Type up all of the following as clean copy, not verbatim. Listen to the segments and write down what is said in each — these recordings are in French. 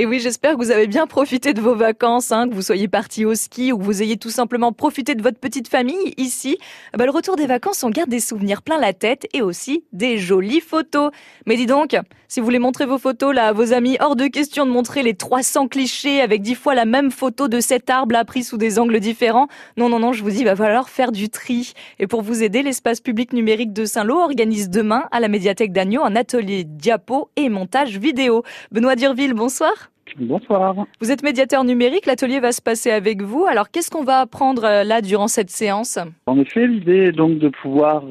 Et oui, j'espère que vous avez bien profité de vos vacances, que vous soyez partis au ski ou que vous ayez tout simplement profité de votre petite famille ici. Le retour des vacances, on garde des souvenirs plein la tête et aussi des jolies photos. Mais dis donc, si vous voulez montrer vos photos là à vos amis, hors de question de montrer les 300 clichés avec 10 fois la même photo de cet arbre là pris sous des angles différents. Non, je vous dis, il va falloir faire du tri. Et pour vous aider, l'espace public numérique de Saint-Lô organise demain à la médiathèque d'Agneaux un atelier diapo et montage vidéo. Benoît Dirville, bonsoir. Bonsoir. Vous êtes médiateur numérique, l'atelier va se passer avec vous. Alors qu'est-ce qu'on va apprendre là durant cette séance ? En effet, l'idée est donc de pouvoir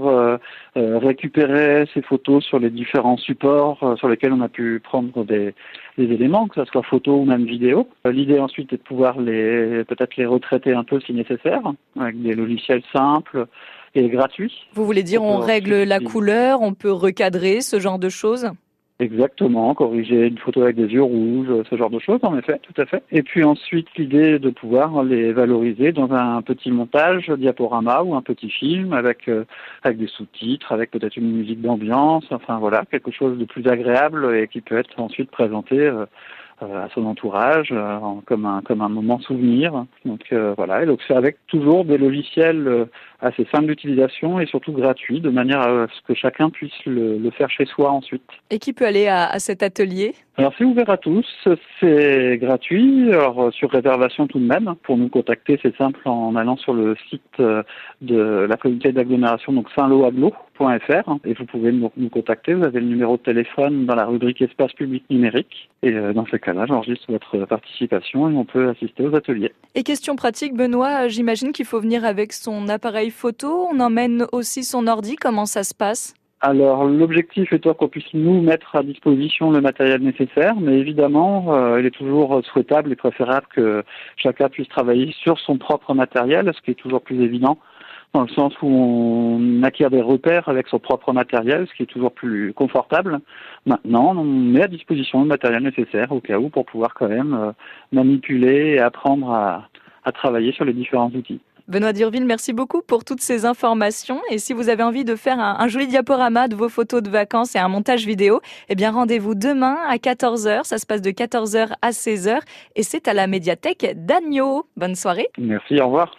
récupérer ces photos sur les différents supports sur lesquels on a pu prendre des éléments, que ce soit photo ou même vidéo. L'idée ensuite est de pouvoir peut-être les retraiter un peu si nécessaire, avec des logiciels simples et gratuits. Vous voulez dire on règle la couleur, on peut recadrer, ce genre de choses ? Exactement, corriger une photo avec des yeux rouges, ce genre de choses, en effet, tout à fait. Et puis ensuite, l'idée est de pouvoir les valoriser dans un petit montage diaporama ou un petit film avec des sous-titres, avec peut-être une musique d'ambiance, enfin voilà, quelque chose de plus agréable et qui peut être ensuite présenté à son entourage comme un moment souvenir. Donc voilà, et donc c'est avec toujours des logiciels assez simples d'utilisation et surtout gratuits, de manière à ce que chacun puisse le faire chez soi ensuite. Et qui peut aller à cet atelier ? Alors c'est ouvert à tous, c'est gratuit, alors sur réservation tout de même. Pour nous contacter, c'est simple en allant sur le site de la communauté d'agglomération, donc saintloaglo.fr, et vous pouvez nous contacter, vous avez le numéro de téléphone dans la rubrique espace public numérique, et dans ce cas-là, j'enregistre votre participation et on peut assister aux ateliers. Et question pratique, Benoît, j'imagine qu'il faut venir avec son appareil photo, on emmène aussi son ordi, comment ça se passe ? Alors, l'objectif étant qu'on puisse nous mettre à disposition le matériel nécessaire, mais évidemment, il est toujours souhaitable et préférable que chacun puisse travailler sur son propre matériel, ce qui est toujours plus évident, dans le sens où on acquiert des repères avec son propre matériel, ce qui est toujours plus confortable. Maintenant, on met à disposition le matériel nécessaire au cas où pour pouvoir quand même manipuler et apprendre à travailler sur les différents outils. Benoît Dirville, merci beaucoup pour toutes ces informations. Et si vous avez envie de faire un joli diaporama de vos photos de vacances et un montage vidéo, rendez-vous demain à 14h. Ça se passe de 14h à 16h et c'est à la médiathèque d'Agneaux. Bonne soirée. Merci, au revoir.